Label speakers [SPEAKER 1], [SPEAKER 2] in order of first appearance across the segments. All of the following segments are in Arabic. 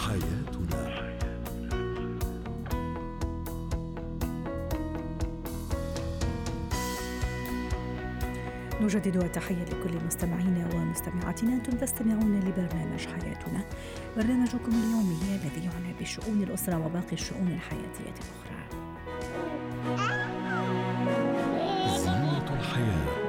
[SPEAKER 1] حياتنا.
[SPEAKER 2] نجدد التحية لكل مستمعينا ومستمعاتنا. أنتم تستمعون لبرنامج حياتنا، برنامجكم اليومي الذي يعنى بشؤون الأسرة وباقي الشؤون الحياتية الأخرى.
[SPEAKER 1] زينة الحياة.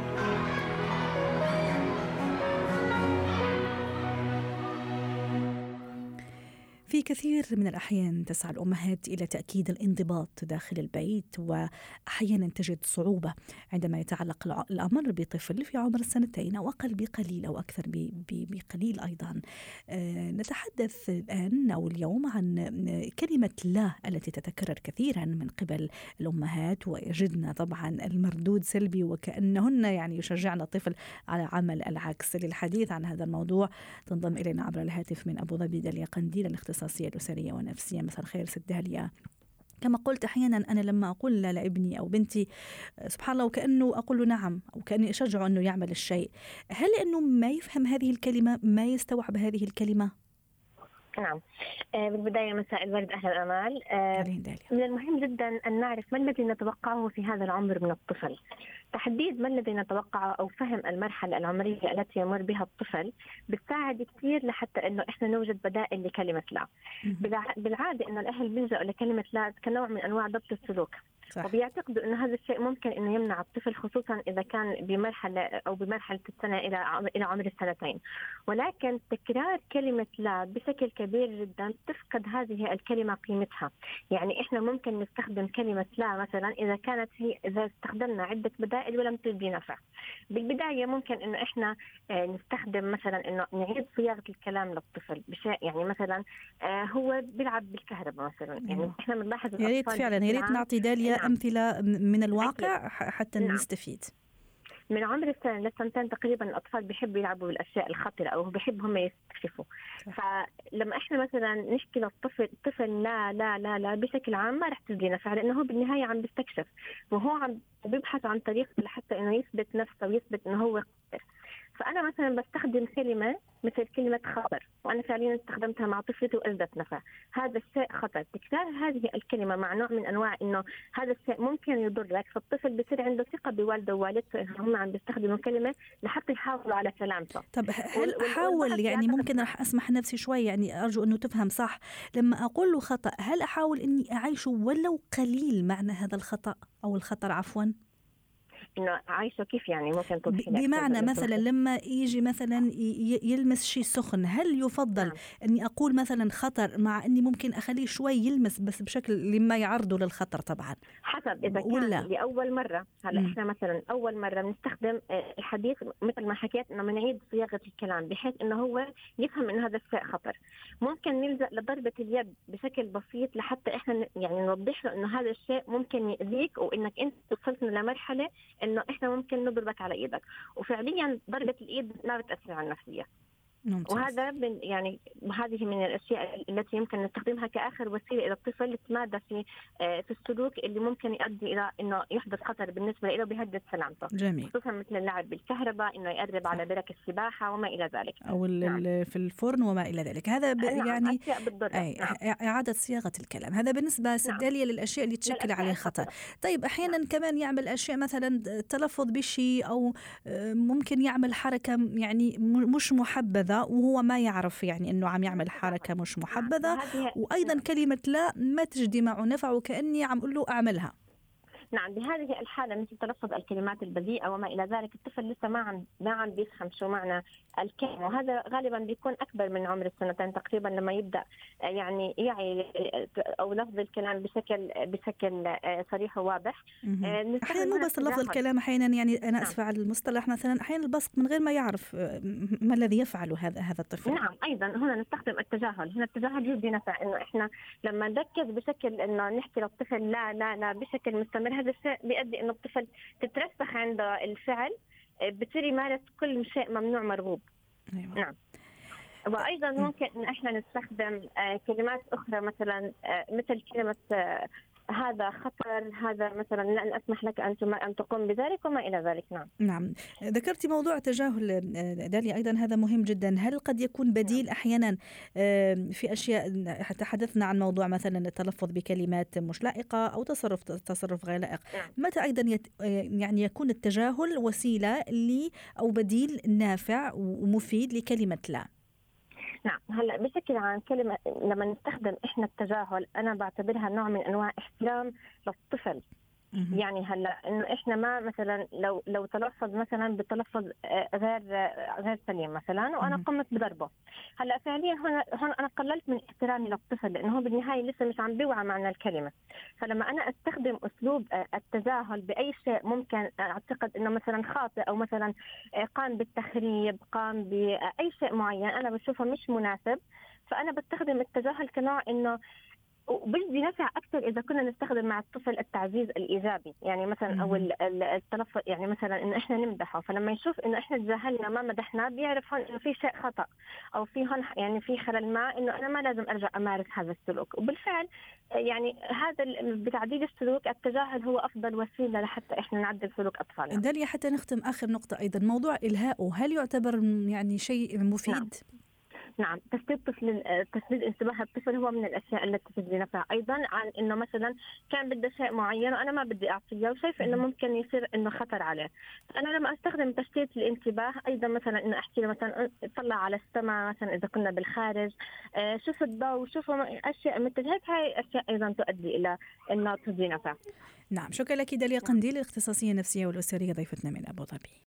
[SPEAKER 2] في كثير من الأحيان تسعى الأمهات إلى تأكيد الانضباط داخل البيت، وأحيانا تجد صعوبة عندما يتعلق الأمر بطفل في عمر 2 أو أقل بقليل أو أكثر بقليل أيضا. نتحدث الآن أو اليوم عن كلمة لا التي تتكرر كثيرا من قبل الأمهات، ويجدنا طبعا المردود سلبي وكأنهن يعني يشجعن الطفل على عمل العكس. للحديث عن هذا الموضوع تنضم إلينا عبر الهاتف من أبو ظبي داليا قنديل، الاختصاصية الأسرية والنفسية. مساء الخير ست داليا. كما قلت أحيانا أنا لما أقول لا لابني أو بنتي سبحان الله وكأنه أقول له نعم أو كأني أشجعه أنه يعمل الشيء، هل لأنه ما يفهم هذه الكلمة، ما يستوعب هذه الكلمة؟
[SPEAKER 3] نعم. بالبداية مساء الورد، أهلا الأمال. من المهم جدا أن نعرف ما الذي نتوقعه في هذا العمر من الطفل. تحديد ما الذي نتوقعه أو فهم المرحلة العمرية التي يمر بها الطفل بتساعد كثير لحتى أنه إحنا نوجد بدائل لكلمة لا. بالعادة أنه الأهل بيلجأوا لكلمة لا كنوع من أنواع ضبط السلوك، صح. وبيعتقدوا أن هذا الشيء ممكن أنه يمنع الطفل، خصوصا إذا كان بمرحلة السنة إلى عمر 2. ولكن تكرار كلمة لا بشكل كبير جدا تفقد هذه الكلمة قيمتها. يعني إحنا ممكن نستخدم كلمة لا مثلا إذا استخدمنا عدة بدائل ولم تجدي نفع. بالبداية ممكن أنه إحنا نستخدم مثلا أنه نعيد صياغة الكلام للطفل بشيء، يعني مثلا هو بيلعب بالكهرباء مثلا. يعني إحنا بنلاحظ
[SPEAKER 2] يا ريت فعلا يا ريت نعطي داليا أمثلة من الواقع حتى نستفيد.
[SPEAKER 3] من عمر 2 ل2 تقريبا الأطفال بيحبوا يلعبوا بالأشياء الخطرة أو بيحبوا هم يستكشفوا. فلما إحنا مثلا نحكي للطفل لا لا لا لا بشكل عام ما رح تجي نفع، لأنه هو بالنهاية عم بيستكشف وهو عم بيبحث عن طريقة لحتى إنه يثبت نفسه ويثبت إنه هو قادر. فأنا مثلا بستخدم كلمة مثل كلمة خطر، وأنا فعليا استخدمتها مع طفلتي وأثبت نفع. هذا الشيء خطر. تكرار هذه الكلمة مع نوع من أنواع إنه هذا الشيء ممكن يضرك، فالطفل بيصير عنده ثقة بوالده ووالدته إنهم عم بيستخدموا كلمة لحتى يحافظوا على سلامته.
[SPEAKER 2] طب هل أحاول يعني ممكن رح أسمح نفسي شوي، يعني أرجو أنه تفهم صح. لما أقول له خطأ هل أحاول إني أعيشه ولو قليل معنى هذا الخطأ أو الخطر عفوا؟
[SPEAKER 3] إنه عايشه كيف يعني ممكن
[SPEAKER 2] بمعنى مثلا لما يجي مثلا يلمس شيء سخن، هل يفضل أني أقول مثلا خطر مع أني ممكن أخليه شوي يلمس بس بشكل لما يعرضه للخطر؟ طبعا
[SPEAKER 3] حسب إذا كان لأول مرة. هلا إحنا مثلا أول مرة بنستخدم الحديث مثل ما حكيت إنه بنعيد صياغة الكلام بحيث إنه هو يفهم إنه هذا الشيء خطر. ممكن نلجأ لضربة اليد بشكل بسيط لحتى إحنا يعني نوضح له إنه هذا الشيء ممكن يأذيك وإنك أنت وصلت لمرحلة إنه إحنا ممكن نضربك على إيدك. وفعليا ضربة الإيد لا بتأثر على النفسية. وهذا يعني هذه من الأشياء التي يمكن نستخدمها كآخر وسيلة إلى الطفل يتمادى في السلوك اللي ممكن يؤدي إلى إنه يحدث خطر بالنسبة له بيهدد سلامته.
[SPEAKER 2] جميل.
[SPEAKER 3] خصوصا مثل اللعب بالكهرباء، إنه يقرب على برك السباحة وما إلى ذلك،
[SPEAKER 2] أو في الفرن وما إلى ذلك. هذا يعني إعادة صياغة الكلام. هذا بالنسبة سدالية للأشياء اللي تشكل عليه خطر. طيب أحيانا كمان يعمل أشياء مثلا تلفظ بشيء أو ممكن يعمل حركة يعني مش محبذة وهو ما يعرف يعني أنه عم يعمل حركة مش محبذة، وأيضا كلمة لا ما تجدي معه نفع وكأني عم أقول له أعملها.
[SPEAKER 3] نعم، بهذه الحالة مثل تلفظ الكلمات البذيئة وما إلى ذلك الطفل لسه ما عم بيفهم شو معنى الكلمة، وهذا غالبا بيكون أكبر من عمر 2 تقريبا لما يبدأ يعني يعي أو لفظ الكلام بشكل صريح وواضح.
[SPEAKER 2] أحيانا مو بس لفظ الكلام، أحيانا يعني أنا أسف على المصطلح مثلا أحيانا البصق من غير ما يعرف ما الذي يفعله هذا الطفل.
[SPEAKER 3] نعم، أيضا هنا نستخدم التجاهل. هنا التجاهل يجدي نفع، إنه إحنا لما نركز بشكل إنه نحكي للطفل لا لا لا بشكل مستمر، هذا الشيء بيؤدي إنه الطفل تترسخ عنده الفعل، بتصير يمارس كل شيء ممنوع مرغوب.
[SPEAKER 2] أيوة.
[SPEAKER 3] نعم. وأيضا ممكن إن إحنا نستخدم كلمات أخرى مثلا مثل كلمة هذا خطر، هذا مثلا لن أسمح لك أن تقوم بذلك وما إلى ذلك.
[SPEAKER 2] نعم، ذكرتي موضوع تجاهل داليا، أيضا هذا مهم جدا. هل قد يكون بديل أحيانا في أشياء، تحدثنا عن موضوع مثلا التلفظ بكلمات مش لائقة أو تصرف غير لائق، متى أيضا يعني يكون التجاهل وسيلة أو بديل نافع ومفيد لكلمة لا؟
[SPEAKER 3] نعم، هلا بشكل عام كلمة لما نستخدم إحنا التجاهل أنا بعتبرها نوع من أنواع احترام للطفل. يعني هلا انه احنا ما مثلا لو تلفظ مثلا بتلفظ غير سليم مثلا وانا قمت بضربه، هلا فعليا هون انا قللت من احترامي للطفل، لانه هو بالنهايه لسه مش عم بيوعى معنى الكلمه. فلما انا استخدم اسلوب التجاهل باي شيء ممكن اعتقد انه مثلا خاطئ او مثلا قام بالتخريب، قام باي شيء معين انا بشوفه مش مناسب، فانا بستخدم التجاهل كنوع انه وبيجي نفع أكثر إذا كنا نستخدم مع الطفل التعزيز الإيجابي، يعني مثلا أو التلفظ، يعني مثلا إنه إحنا نمدحه، فلما يشوف إنه إحنا تجاهلنا ما مدحناه بيعرف هون إنه في شيء خطأ أو في هون يعني في خلل ما، إنه أنا ما لازم أرجع أمارس هذا السلوك. وبالفعل يعني هذا بتعديل السلوك التجاهل هو أفضل وسيلة لحتى إحنا نعدل سلوك أطفالنا.
[SPEAKER 2] داليا، حتى نختم آخر نقطة أيضا، موضوع إلهائه هل يعتبر يعني شيء مفيد؟
[SPEAKER 3] نعم، تسديد انتباه الطفل هو من الاشياء التي تجدي نفع ايضا، عن انه مثلا كان بده شيء معين وانا ما بدي اعطيه وشايف انه ممكن يصير انه خطر عليه، فانا لما استخدم تشتيت الانتباه ايضا مثلا انه احكي له مثلا اطلع على السماء مثلا اذا كنا بالخارج، شوف الضوء، شوف اشياء مثل هيك، هاي اشياء ايضا تؤدي الى انه تجدي نفع.
[SPEAKER 2] نعم، شكرا لك داليا قنديل، الاختصاصية النفسية والأسرية، ضيفتنا من أبو ظبي.